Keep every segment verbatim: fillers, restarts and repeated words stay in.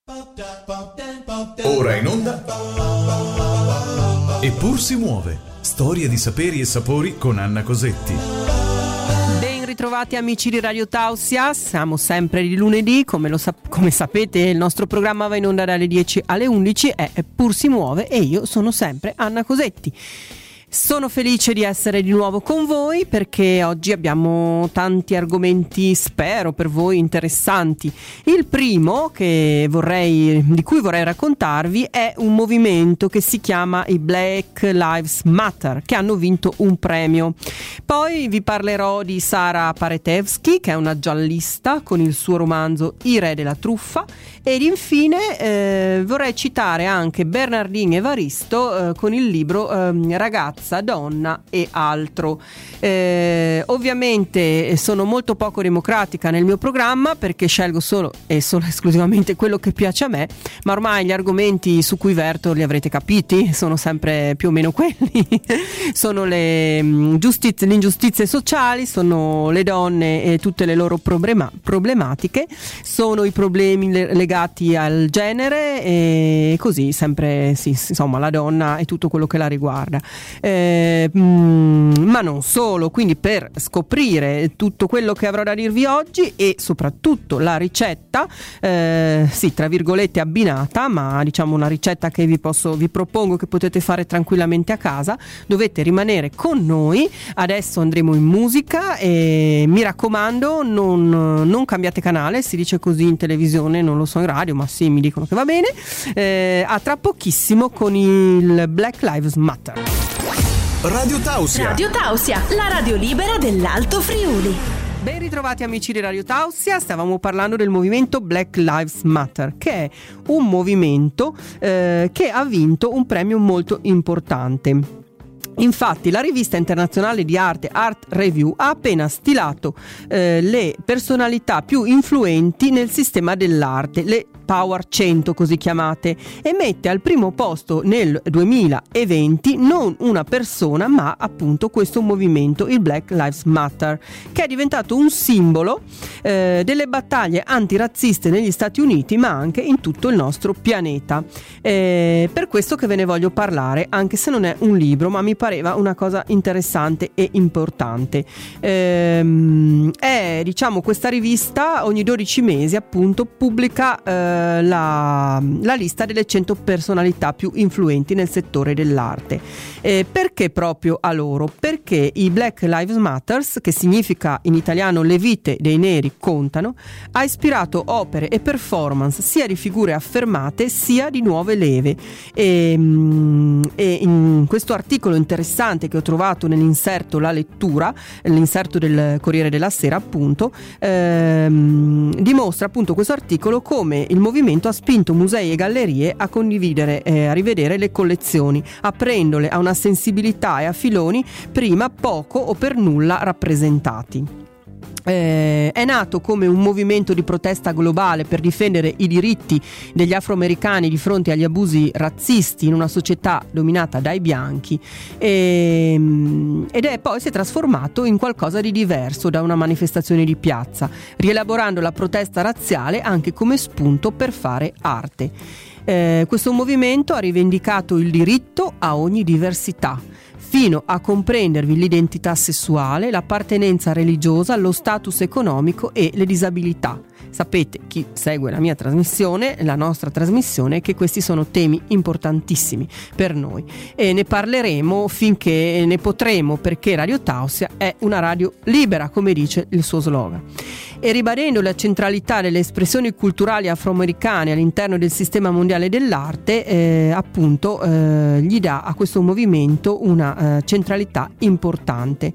Ora in onda Eppur si muove. Storie di saperi e sapori con Anna Cosetti. Ben ritrovati amici di Radio Tausia, siamo sempre di lunedì, come, lo sap- come sapete il nostro programma va in onda dalle dieci alle undici, è Eppur si muove e io sono sempre Anna Cosetti. Sono felice di essere di nuovo con voi perché oggi abbiamo tanti argomenti, spero per voi, interessanti. Il primo che vorrei, di cui vorrei raccontarvi è un movimento che si chiama i Black Lives Matter, che hanno vinto un premio. Poi vi parlerò di Sara Paretevsky, che è una giallista con il suo romanzo I re della truffa, ed infine eh, vorrei citare anche Bernardine Evaristo eh, con il libro eh, Ragazza, donna e altro. Eh, ovviamente sono molto poco democratica nel mio programma perché scelgo solo e solo esclusivamente quello che piace a me, ma ormai gli argomenti su cui verto li avrete capiti, sono sempre più o meno quelli. Sono le, mh, giustiz- le ingiustizie sociali, sono le donne e tutte le loro problema- problematiche, sono i problemi le- legati al genere e così sempre, sì, insomma, la donna e tutto quello che la riguarda. Eh, mh, ma non solo, quindi per scoprire tutto quello che avrò da dirvi oggi e soprattutto la ricetta, eh, sì, tra virgolette abbinata, ma diciamo una ricetta che vi posso, vi propongo che potete fare tranquillamente a casa, dovete rimanere con noi. Adesso andremo in musica e mi raccomando non, non cambiate canale, si dice così in televisione, non lo so in radio, ma sì, mi dicono che va bene. Eh, a tra pochissimo con il Black Lives Matter. Radio Tausia. Radio Tausia, la radio libera dell'Alto Friuli. Ben ritrovati amici di Radio Tausia, stavamo parlando del movimento Black Lives Matter, che è un movimento eh, che ha vinto un premio molto importante. Infatti la rivista internazionale di arte Art Review ha appena stilato eh, le personalità più influenti nel sistema dell'arte, le Power cento così chiamate, e mette al primo posto nel duemilaventi non una persona ma appunto questo movimento, il Black Lives Matter, che è diventato un simbolo eh, delle battaglie antirazziste negli Stati Uniti ma anche in tutto il nostro pianeta. Eh, per questo che ve ne voglio parlare, anche se non è un libro, ma mi pareva una cosa interessante e importante. Eh, è diciamo questa rivista ogni dodici mesi appunto pubblica eh, La, la lista delle cento personalità più influenti nel settore dell'arte. Eh, perché proprio a loro? Perché i Black Lives Matter, che significa in italiano le vite dei neri contano, ha ispirato opere e performance sia di figure affermate sia di nuove leve. E, e in questo articolo interessante che ho trovato nell'inserto La Lettura, l'inserto del Corriere della Sera appunto, ehm, dimostra appunto questo articolo come il movimento ha spinto musei e gallerie a condividere e eh, a rivedere le collezioni, aprendole a una sensibilità e a filoni prima poco o per nulla rappresentati. Eh, è nato come un movimento di protesta globale per difendere i diritti degli afroamericani di fronte agli abusi razzisti in una società dominata dai bianchi e, ed è poi si è trasformato in qualcosa di diverso da una manifestazione di piazza, rielaborando la protesta razziale anche come spunto per fare arte. Eh, questo movimento ha rivendicato il diritto a ogni diversità, fino a comprendervi l'identità sessuale, l'appartenenza religiosa, lo status economico e le disabilità. Sapete, chi segue la mia trasmissione, la nostra trasmissione, che questi sono temi importantissimi per noi e ne parleremo finché ne potremo, perché Radio Tausia è una radio libera, come dice il suo slogan. E ribadendo la centralità delle espressioni culturali afroamericane all'interno del sistema mondiale dell'arte, eh, appunto eh, gli dà a questo movimento una eh, centralità importante.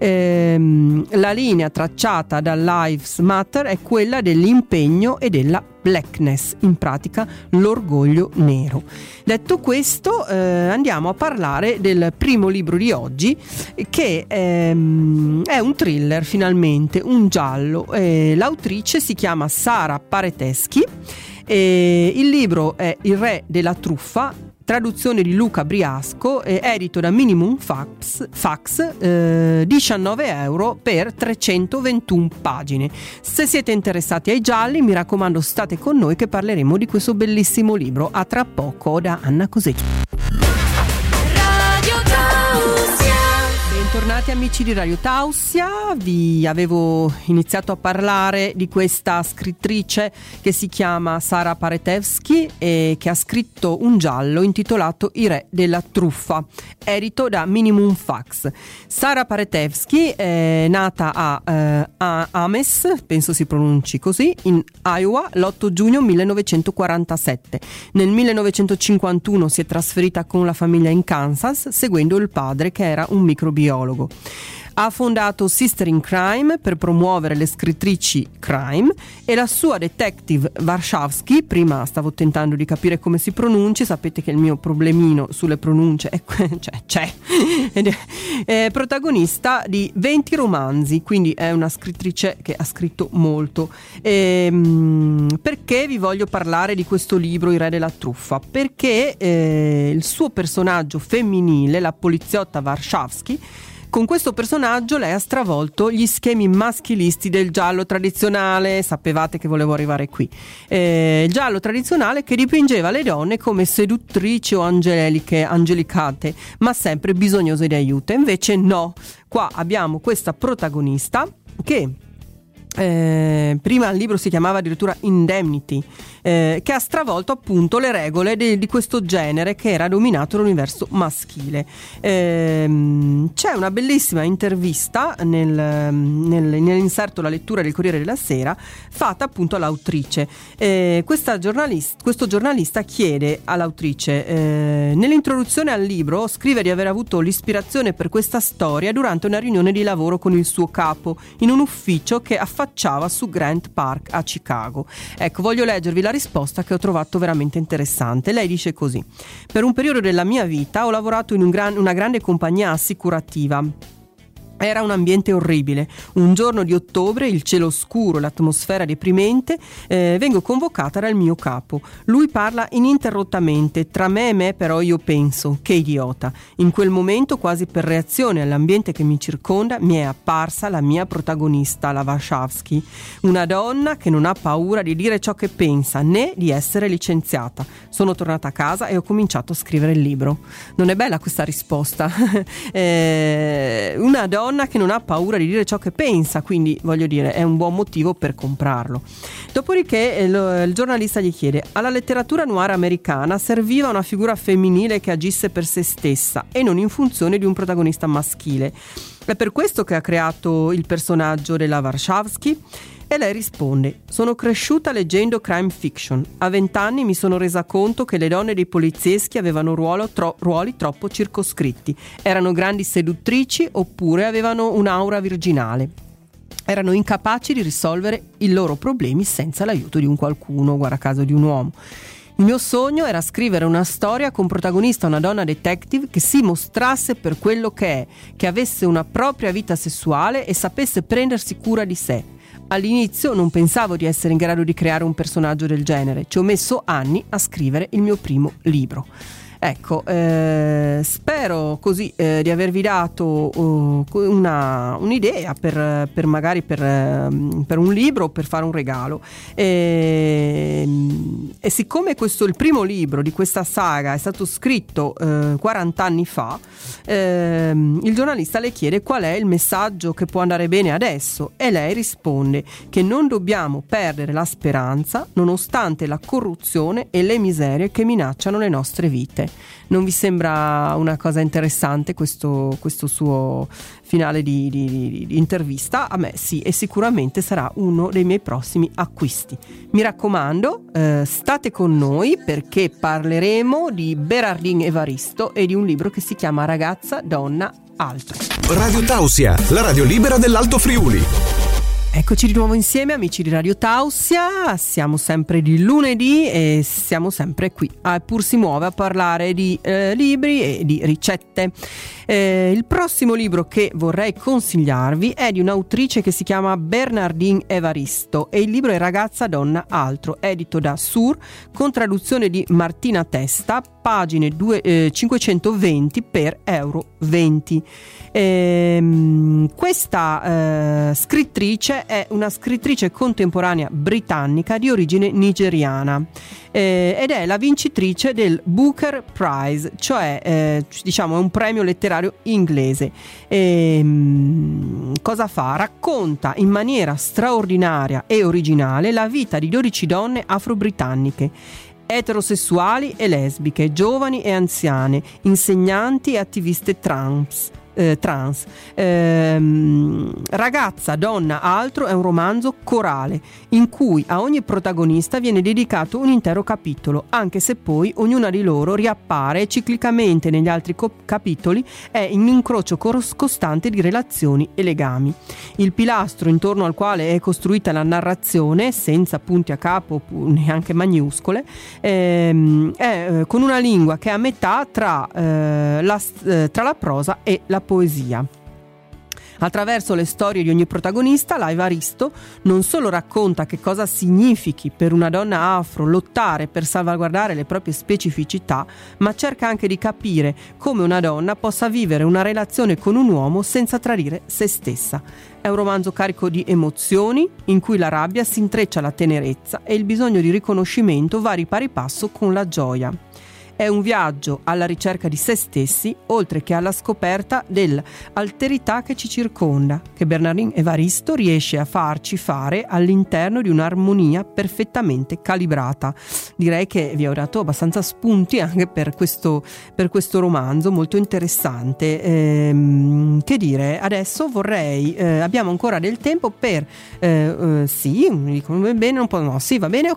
Eh, la linea tracciata dal Lives Matter è quella dell'impegno e della blackness, in pratica l'orgoglio nero. Detto questo, eh, andiamo a parlare del primo libro di oggi, che ehm, è un thriller, finalmente un giallo. Eh, l'autrice si chiama Sara Paretevsky e il libro è Il re della truffa, traduzione di Luca Briasco, eh, edito da Minimum Fax, fax eh, diciannove euro per trecentoventuno pagine. Se siete interessati ai gialli, mi raccomando, state con noi che parleremo di questo bellissimo libro. A tra poco da Anna Cosetti. Bentornati amici di Radio Tausia, vi avevo iniziato a parlare di questa scrittrice che si chiama Sara Paretevsky e che ha scritto un giallo intitolato I re della truffa, edito da Minimum Fax. Sara Paretevsky è nata a, eh, a Ames, penso si pronunci così, in Iowa l'otto giugno millenovecentoquarantasette. Nel millenovecentocinquantuno si è trasferita con la famiglia in Kansas, seguendo il padre che era un microbiologo. Ha fondato Sister in Crime per promuovere le scrittrici crime e la sua detective Warshawski, prima stavo tentando di capire come si pronunci, sapete che il mio problemino sulle pronunce è, cioè, c'è, è, è protagonista di venti romanzi, quindi è una scrittrice che ha scritto molto. E, perché vi voglio parlare di questo libro I re della truffa? Perché eh, il suo personaggio femminile, la poliziotta Warshawski, con questo personaggio lei ha stravolto gli schemi maschilisti del giallo tradizionale. Sapevate che volevo arrivare qui. Eh, il giallo tradizionale che dipingeva le donne come seduttrici o angeliche, angelicate, ma sempre bisognose di aiuto. Invece no, qua abbiamo questa protagonista che Eh, prima il libro si chiamava addirittura Indemnity, eh, che ha stravolto appunto le regole de- di questo genere che era dominato dall'universo maschile. Eh, c'è una bellissima intervista nel, nel, nell'inserto La lettura del Corriere della Sera fatta appunto all'autrice. Eh, questa giornalista, questo giornalista chiede all'autrice eh, nell'introduzione al libro scrive di aver avuto l'ispirazione per questa storia durante una riunione di lavoro con il suo capo in un ufficio che affacciava su Grant Park a Chicago. Ecco, voglio leggervi la risposta che ho trovato veramente interessante. Lei dice così: per un periodo della mia vita ho lavorato in un gran, una grande compagnia assicurativa. Era un ambiente orribile. Un giorno di ottobre, il cielo scuro, l'atmosfera deprimente, eh, vengo convocata dal mio capo. Lui parla ininterrottamente. Tra me e me però io penso, che idiota. In quel momento, quasi per reazione all'ambiente che mi circonda, mi è apparsa la mia protagonista, la Warshawski. Una donna che non ha paura di dire ciò che pensa, né di essere licenziata. Sono tornata a casa e ho cominciato a scrivere il libro. Non è bella questa risposta? eh, una donna che non ha paura di dire ciò che pensa, quindi voglio dire è un buon motivo per comprarlo. Dopodiché il, il giornalista gli chiede: alla letteratura noir americana serviva una figura femminile che agisse per se stessa e non in funzione di un protagonista maschile. È per questo che ha creato il personaggio della Warshawski? E lei risponde: sono cresciuta leggendo crime fiction. A vent'anni mi sono resa conto che le donne dei polizieschi avevano ruolo, tro- ruoli troppo circoscritti. Erano grandi seduttrici oppure avevano un'aura virginale. Erano incapaci di risolvere i loro problemi senza l'aiuto di un qualcuno, guarda caso di un uomo. Il mio sogno era scrivere una storia con protagonista una donna detective che si mostrasse per quello che è, che avesse una propria vita sessuale e sapesse prendersi cura di sé. All'inizio non pensavo di essere in grado di creare un personaggio del genere. Ci ho messo anni a scrivere il mio primo libro. Ecco, eh, spero così eh, di avervi dato uh, una, un'idea per, per magari per, uh, per un libro o per fare un regalo. E, e siccome questo il primo libro di questa saga è stato scritto uh, quaranta anni fa, eh, il giornalista le chiede qual è il messaggio che può andare bene adesso e lei risponde che non dobbiamo perdere la speranza nonostante la corruzione e le miserie che minacciano le nostre vite. Non vi sembra una cosa interessante questo, questo suo finale di, di, di intervista? A me sì, e sicuramente sarà uno dei miei prossimi acquisti. Mi raccomando, eh, state con noi perché parleremo di Berardin Evaristo e di un libro che si chiama Ragazza, Donna, Altro. Radio Tausia, la radio libera dell'Alto Friuli. Eccoci di nuovo insieme amici di Radio Tausia, siamo sempre di lunedì e siamo sempre qui a Pur si muove a parlare di eh, libri e di ricette. Eh, il prossimo libro che vorrei consigliarvi è di un'autrice che si chiama Bernardine Evaristo e il libro è Ragazza, Donna, Altro, edito da Sur con traduzione di Martina Testa pagine due, eh, cinquecentoventi per euro venti. Ehm, questa eh, scrittrice è una scrittrice contemporanea britannica di origine nigeriana eh, ed è la vincitrice del Booker Prize, cioè eh, diciamo è un premio letterario inglese. Ehm, cosa fa? Racconta in maniera straordinaria e originale la vita di dodici donne afro-britanniche, eterosessuali e lesbiche, giovani e anziane, insegnanti e attiviste trans. Eh, trans ehm, Ragazza, donna, altro è un romanzo corale in cui a ogni protagonista viene dedicato un intero capitolo, anche se poi ognuna di loro riappare ciclicamente negli altri co- capitoli. È in un incrocio cos- costante di relazioni e legami. Il pilastro intorno al quale è costruita la narrazione, senza punti a capo, neanche maiuscole, ehm, è eh, con una lingua che è a metà tra, eh, la, eh, tra la prosa e la poesia. Attraverso le storie di ogni protagonista, la Evaristo non solo racconta che cosa significhi per una donna afro lottare per salvaguardare le proprie specificità, ma cerca anche di capire come una donna possa vivere una relazione con un uomo senza tradire se stessa. È un romanzo carico di emozioni, in cui la rabbia si intreccia alla tenerezza e il bisogno di riconoscimento va di pari passo con la gioia. È un viaggio alla ricerca di se stessi, oltre che alla scoperta dell'alterità che ci circonda, che Bernardine Evaristo riesce a farci fare all'interno di un'armonia perfettamente calibrata. Direi che vi ho dato abbastanza spunti anche per questo, per questo romanzo molto interessante. Ehm, che dire, adesso vorrei, eh, abbiamo ancora del tempo per, eh, eh, sì, mi dicono bene, un po' no, sì, va bene,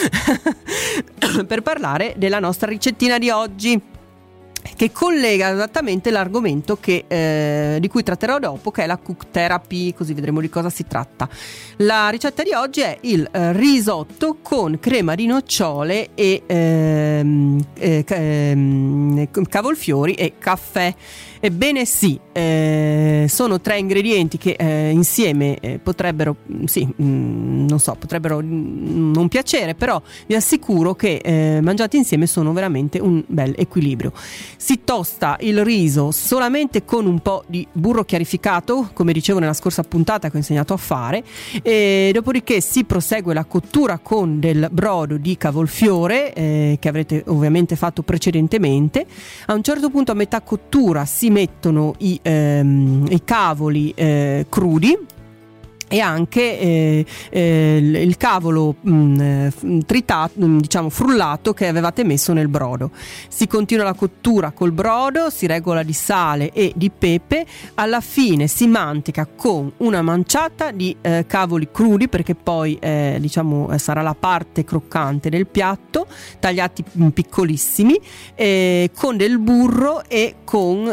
ok, per parlare della nostra ricettina di oggi, che collega esattamente l'argomento che, eh, di cui tratterò dopo, che è la cook therapy, così vedremo di cosa si tratta. La ricetta di oggi è il eh, risotto con crema di nocciole e ehm, eh, ehm, cavolfiori e caffè. Ebbene sì, eh, sono tre ingredienti che eh, insieme eh, potrebbero, sì, mh, non so, potrebbero mh, non piacere, però vi assicuro che eh, mangiati insieme sono veramente un bel equilibrio. Si tosta il riso solamente con un po' di burro chiarificato, come dicevo nella scorsa puntata che ho insegnato a fare, e dopodiché si prosegue la cottura con del brodo di cavolfiore eh, che avrete ovviamente fatto precedentemente. A un certo punto, a metà cottura, si mettono i, ehm, i cavoli eh, crudi e anche eh, eh, il cavolo mh, tritato, diciamo frullato, che avevate messo nel brodo. Si continua la cottura col brodo, si regola di sale e di pepe, alla fine si mantica con una manciata di eh, cavoli crudi, perché poi eh, diciamo sarà la parte croccante del piatto, tagliati piccolissimi, eh, con del burro e con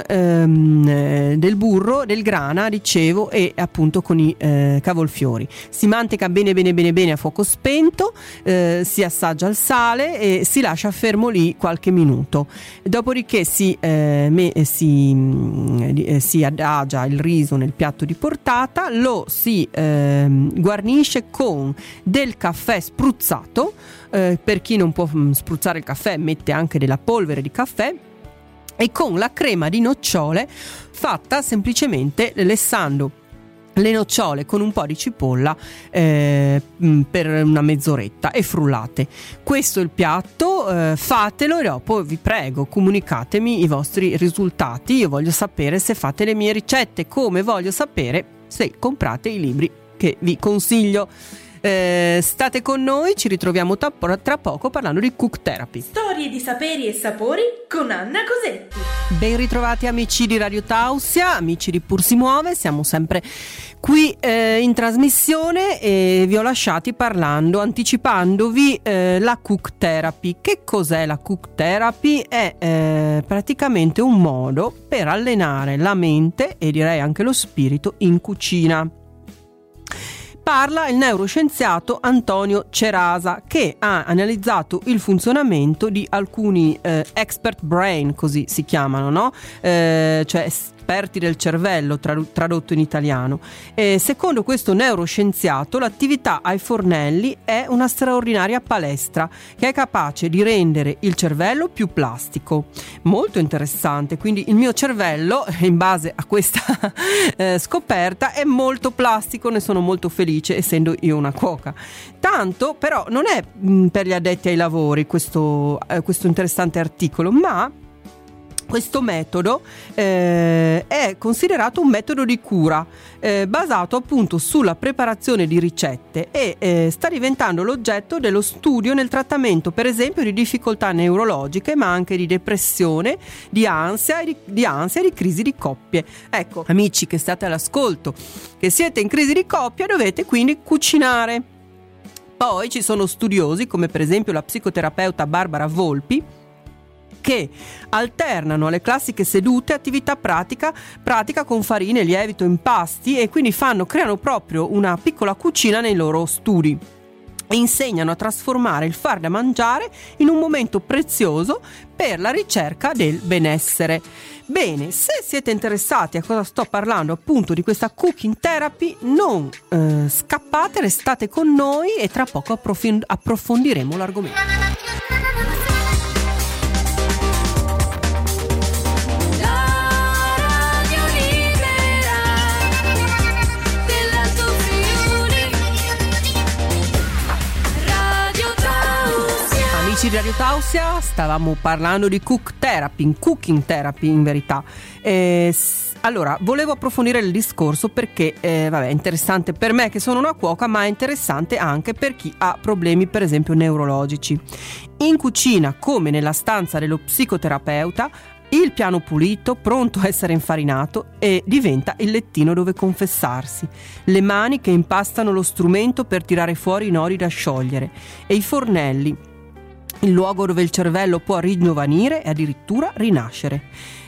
ehm, del burro, del grana, dicevo, e appunto con i eh, cavolfiori. Si manteca bene bene bene bene a fuoco spento, eh, si assaggia il sale e si lascia fermo lì qualche minuto. Dopodiché si, eh, me, si, eh, si adagia il riso nel piatto di portata, lo si eh, guarnisce con del caffè spruzzato. Eh, per chi non può spruzzare il caffè, mette anche della polvere di caffè, e con la crema di nocciole fatta semplicemente lessando le nocciole con un po' di cipolla eh, per una mezz'oretta e frullate. Questo è il piatto, eh, fatelo e dopo vi prego comunicatemi i vostri risultati. Io voglio sapere se fate le mie ricette, come voglio sapere se comprate i libri che vi consiglio. Eh, state con noi, ci ritroviamo tra, tra poco parlando di cook therapy. Storie di saperi e sapori con Anna Cosetti. Ben ritrovati amici di Radio Tausia, amici di Pur Si Muove, siamo sempre qui eh, in trasmissione e vi ho lasciati parlando, anticipandovi eh, la cook therapy. Che cos'è la cook therapy? È eh, praticamente un modo per allenare la mente e direi anche lo spirito in cucina. Parla il neuroscienziato Antonio Cerasa, che ha analizzato il funzionamento di alcuni eh, expert brain, così si chiamano, no? Eh, cioè esperti del cervello, tradotto in italiano. E secondo questo neuroscienziato, l'attività ai fornelli è una straordinaria palestra che è capace di rendere il cervello più plastico. Molto interessante, quindi il mio cervello, in base a questa eh, scoperta, è molto plastico, ne sono molto felice essendo io una cuoca. Tanto però non è mh, per gli addetti ai lavori questo, eh, questo interessante articolo, ma questo metodo eh, è considerato un metodo di cura eh, basato appunto sulla preparazione di ricette e eh, sta diventando l'oggetto dello studio nel trattamento, per esempio, di difficoltà neurologiche, ma anche di depressione, di ansia e di, di ansia e di crisi di coppie. Ecco, amici che state all'ascolto, che siete in crisi di coppia, dovete quindi cucinare. Poi ci sono studiosi, come per esempio la psicoterapeuta Barbara Volpi, che alternano alle classiche sedute attività pratica, pratica con farine, lievito, impasti, e quindi fanno, creano proprio una piccola cucina nei loro studi e insegnano a trasformare il far da mangiare in un momento prezioso per la ricerca del benessere. Bene, se siete interessati a cosa sto parlando, appunto di questa cooking therapy, non eh, scappate, restate con noi e tra poco approfond- approfondiremo l'argomento. Amici di Radio Tausia, stavamo parlando di cook therapy, cooking therapy in verità. Eh, allora, volevo approfondire il discorso perché eh, vabbè, è interessante per me che sono una cuoca, ma è interessante anche per chi ha problemi, per esempio, neurologici. In cucina, come nella stanza dello psicoterapeuta, il piano pulito, pronto a essere infarinato, e diventa il lettino dove confessarsi, le mani che impastano lo strumento per tirare fuori i nodi da sciogliere, e i fornelli, il luogo dove il cervello può ringiovanire e addirittura rinascere.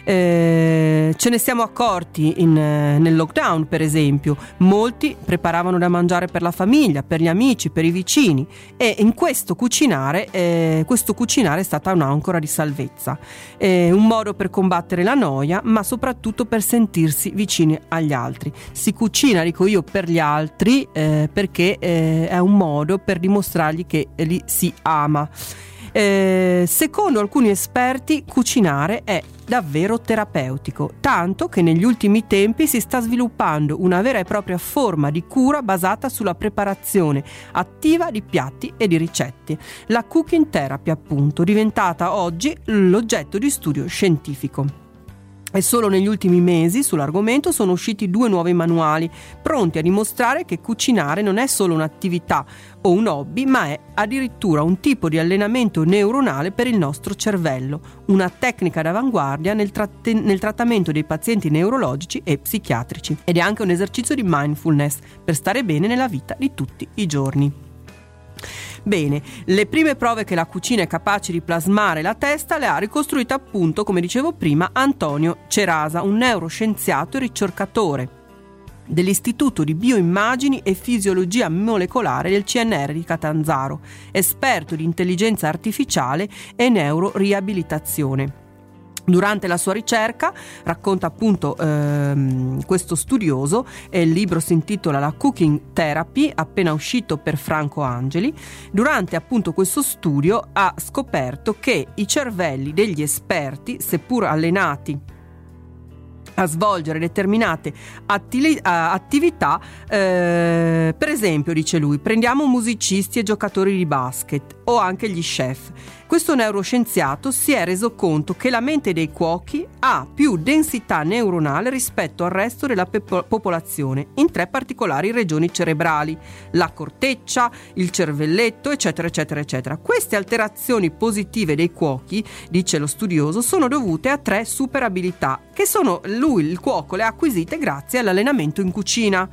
Eh, ce ne siamo accorti in, eh, nel lockdown, per esempio. Molti preparavano da mangiare per la famiglia, per gli amici, per i vicini, e in questo cucinare eh, questo cucinare è stata un'ancora di salvezza, eh, un modo per combattere la noia, ma soprattutto per sentirsi vicini agli altri. Si cucina, dico io, per gli altri eh, perché eh, è un modo per dimostrargli che li si ama. Eh, secondo alcuni esperti, cucinare è davvero terapeutico, tanto che negli ultimi tempi si sta sviluppando una vera e propria forma di cura basata sulla preparazione attiva di piatti e di ricette. La cooking therapy, appunto, diventata oggi l'oggetto di studio scientifico. E solo negli ultimi mesi sull'argomento sono usciti due nuovi manuali pronti a dimostrare che cucinare non è solo un'attività o un hobby, ma è addirittura un tipo di allenamento neuronale per il nostro cervello, una tecnica d'avanguardia nel, tratte- nel trattamento dei pazienti neurologici e psichiatrici, ed è anche un esercizio di mindfulness per stare bene nella vita di tutti i giorni. Bene, le prime prove che la cucina è capace di plasmare la testa le ha ricostruite, appunto, come dicevo prima, Antonio Cerasa, un neuroscienziato e ricercatore dell'Istituto di Bioimmagini e Fisiologia Molecolare del C N R di Catanzaro, esperto di intelligenza artificiale e neuroriabilitazione. Durante la sua ricerca, racconta appunto ehm, questo studioso, e il libro si intitola La Cooking Therapy, appena uscito per Franco Angeli. Durante appunto questo studio ha scoperto che i cervelli degli esperti, seppur allenati a svolgere determinate atti- attività, eh, per esempio, dice lui, prendiamo musicisti e giocatori di basket o anche gli chef. Questo neuroscienziato si è reso conto che la mente dei cuochi ha più densità neuronale rispetto al resto della pe- popolazione in tre particolari regioni cerebrali: la corteccia, il cervelletto, eccetera eccetera eccetera. Queste alterazioni positive dei cuochi, dice lo studioso, sono dovute a tre super abilità che sono lui, il cuoco, le ha acquisite grazie all'allenamento in cucina.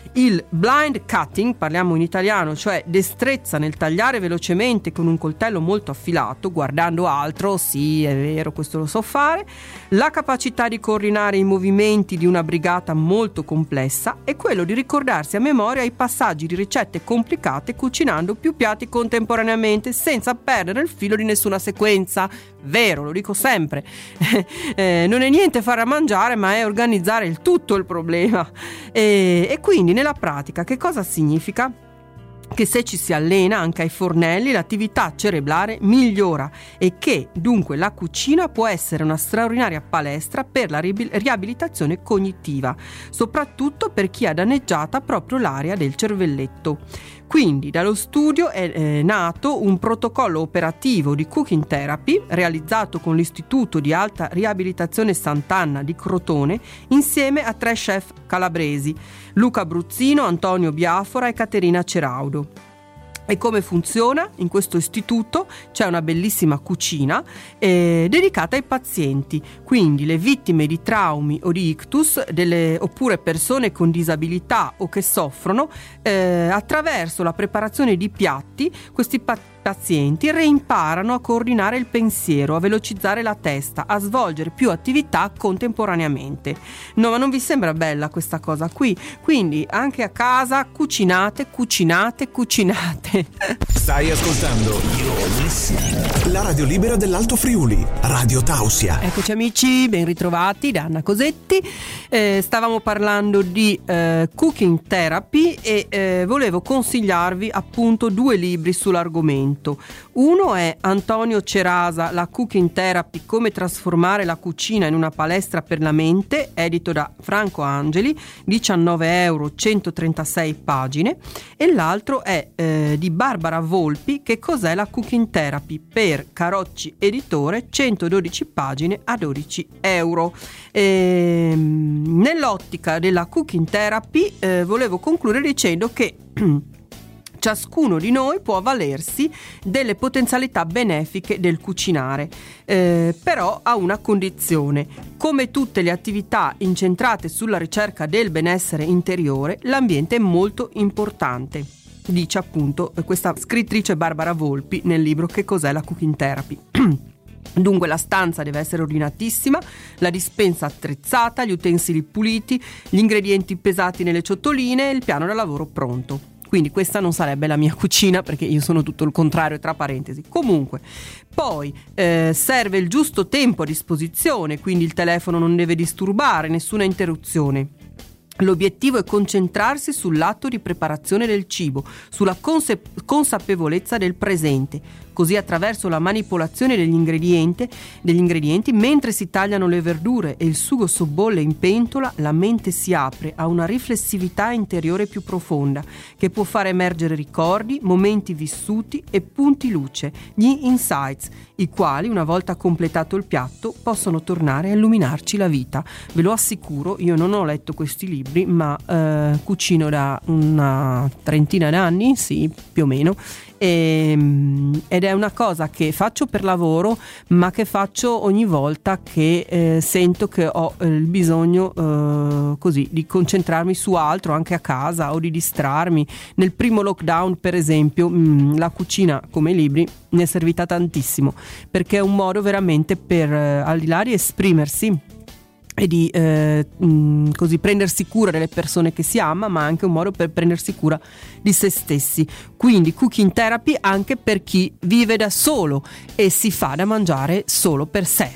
Il blind cutting, parliamo in italiano, cioè destrezza nel tagliare velocemente con un coltello molto affilato, guardando altro, sì è vero, questo lo so fare. La capacità di coordinare i movimenti di una brigata molto complessa e quello di ricordarsi a memoria i passaggi di ricette complicate cucinando più piatti contemporaneamente senza perdere il filo di nessuna sequenza. Vero, lo dico sempre. eh, non è niente fare a mangiare, ma è organizzare il tutto il problema. E, e quindi nella pratica che cosa significa? Che se ci si allena anche ai fornelli l'attività cerebrale migliora e che dunque la cucina può essere una straordinaria palestra per la riabilitazione cognitiva, soprattutto per chi ha danneggiata proprio l'area del cervelletto. Quindi dallo studio è eh, nato un protocollo operativo di cooking therapy realizzato con l'Istituto di Alta Riabilitazione Sant'Anna di Crotone insieme a tre chef calabresi, Luca Bruzzino, Antonio Biafora e Caterina Ceraudo. E come funziona? In questo istituto c'è una bellissima cucina eh, dedicata ai pazienti, quindi le vittime di traumi o di ictus, delle, oppure persone con disabilità o che soffrono, eh, attraverso la preparazione di piatti, questi pa- pazienti reimparano a coordinare il pensiero, a velocizzare la testa, a svolgere più attività contemporaneamente. No, ma non vi sembra bella questa cosa qui? Quindi anche a casa cucinate, cucinate, cucinate. Stai ascoltando la radio libera dell'Alto Friuli, Radio Tausia. Eccoci amici, ben ritrovati da Anna Cosetti. Eh, stavamo parlando di eh, cooking therapy e eh, volevo consigliarvi appunto due libri sull'argomento. Uno è Antonio Cerasa, La Cooking Therapy, come trasformare la cucina in una palestra per la mente, edito da Franco Angeli, diciannove euro, centotrentasei pagine, e l'altro è eh, di Barbara Volpi, Che cos'è la Cooking Therapy, per Carocci Editore, centododici pagine a dodici euro. E, nell'ottica della Cooking Therapy eh, volevo concludere dicendo che ciascuno di noi può avvalersi delle potenzialità benefiche del cucinare, eh, però a una condizione. Come tutte le attività incentrate sulla ricerca del benessere interiore, l'ambiente è molto importante, dice appunto questa scrittrice Barbara Volpi nel libro Che cos'è la Cooking Therapy. Dunque la stanza deve essere ordinatissima, la dispensa attrezzata, gli utensili puliti, gli ingredienti pesati nelle ciotoline e il piano da lavoro pronto. Quindi questa non sarebbe la mia cucina, perché io sono tutto il contrario, tra parentesi. Comunque, poi eh, serve il giusto tempo a disposizione, quindi il telefono non deve disturbare, nessuna interruzione. L'obiettivo è concentrarsi sull'atto di preparazione del cibo, sulla conse- consapevolezza del presente, così attraverso la manipolazione degli ingredienti, degli ingredienti, mentre si tagliano le verdure e il sugo sobbolle in pentola, la mente si apre a una riflessività interiore più profonda, che può fare emergere ricordi, momenti vissuti e punti luce, gli insights, i quali, una volta completato il piatto, possono tornare a illuminarci la vita. Ve lo assicuro, io non ho letto questi libri, ma eh, cucino da una trentina d'anni, sì, più o meno, e, ed è una cosa che faccio per lavoro, ma che faccio ogni volta che eh, sento che ho eh, il bisogno eh, così di concentrarmi su altro, anche a casa, o di distrarmi. Nel primo lockdown, per esempio, mh, la cucina come i libri mi è servita tantissimo, perché è un modo veramente per, eh, al di là di esprimersi e di eh, mh, così prendersi cura delle persone che si ama, ma anche un modo per prendersi cura di se stessi. Quindi cooking therapy anche per chi vive da solo e si fa da mangiare solo per sé.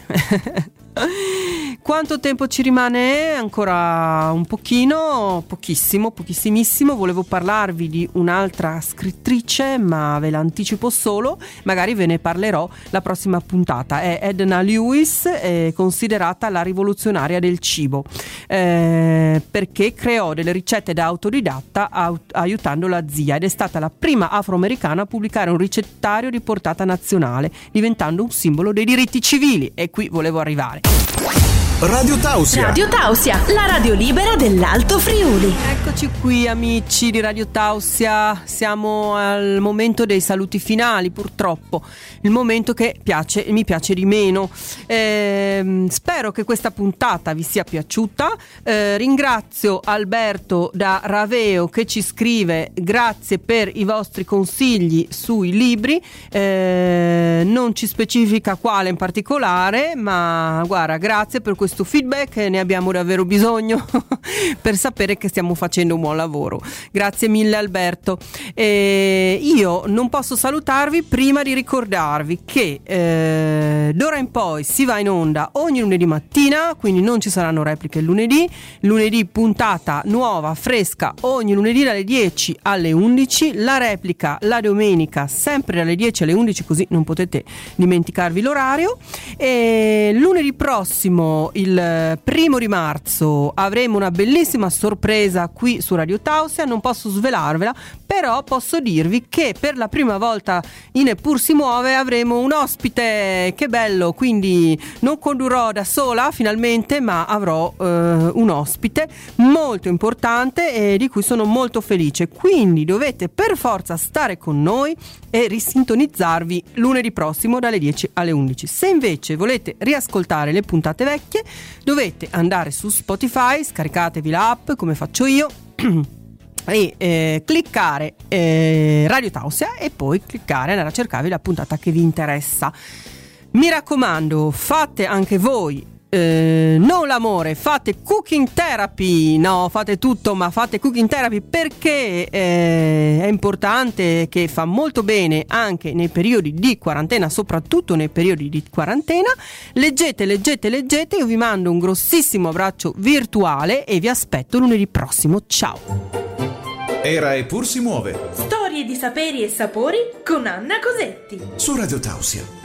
Quanto tempo ci rimane? Ancora un pochino, pochissimo, pochissimissimo. Volevo parlarvi di un'altra scrittrice, ma ve l'anticipo solo, magari ve ne parlerò la prossima puntata. È Edna Lewis, è considerata la rivoluzionaria del cibo, eh, perché creò delle ricette da autodidatta aut- aiutando la zia, ed è stata la prima afroamericana a pubblicare un ricettario di portata nazionale, diventando un simbolo dei diritti civili. E qui volevo arrivare. Radio Tausia. Radio Tausia, la radio libera dell'Alto Friuli. Eccoci qui amici di Radio Tausia, siamo al momento dei saluti finali, purtroppo, il momento che piace, mi piace di meno. Eh, spero che questa puntata vi sia piaciuta. Eh, ringrazio Alberto da Raveo che ci scrive: grazie per i vostri consigli sui libri. Eh, non ci specifica quale in particolare, ma guarda, grazie per questo feedback, ne abbiamo davvero bisogno per sapere che stiamo facendo un buon lavoro. Grazie mille Alberto. Eh, io non posso salutarvi prima di ricordarvi che eh, d'ora in poi si va in onda ogni lunedì mattina, quindi non ci saranno repliche il lunedì. Lunedì puntata nuova, fresca, ogni lunedì dalle dieci alle undici. La replica la domenica sempre dalle dieci alle undici, così non potete dimenticarvi l'orario. E lunedì prossimo, il primo di marzo, avremo una bellissima sorpresa qui su Radio Tausia. Non posso svelarvela, però posso dirvi che per la prima volta in Eppur si muove avremo un ospite. Che bello! Quindi non condurrò da sola finalmente, ma avrò eh, un ospite molto importante e di cui sono molto felice. Quindi dovete per forza stare con noi e risintonizzarvi lunedì prossimo dalle dieci alle undici. Se invece volete riascoltare le puntate vecchie, dovete andare su Spotify, scaricatevi l'app come faccio io e eh, cliccare eh, Radio Tausia e poi cliccare, andare a cercarvi la puntata che vi interessa. Mi raccomando, fate anche voi Eh, non l'amore, fate cooking therapy. No, fate tutto, ma fate cooking therapy perché eh, è importante, che fa molto bene anche nei periodi di quarantena, soprattutto nei periodi di quarantena. Leggete, leggete, leggete. Io vi mando un grossissimo abbraccio virtuale e vi aspetto lunedì prossimo. Ciao. Era Eppur si muove. Storie di saperi e sapori con Anna Cosetti. Su Radio Tausia.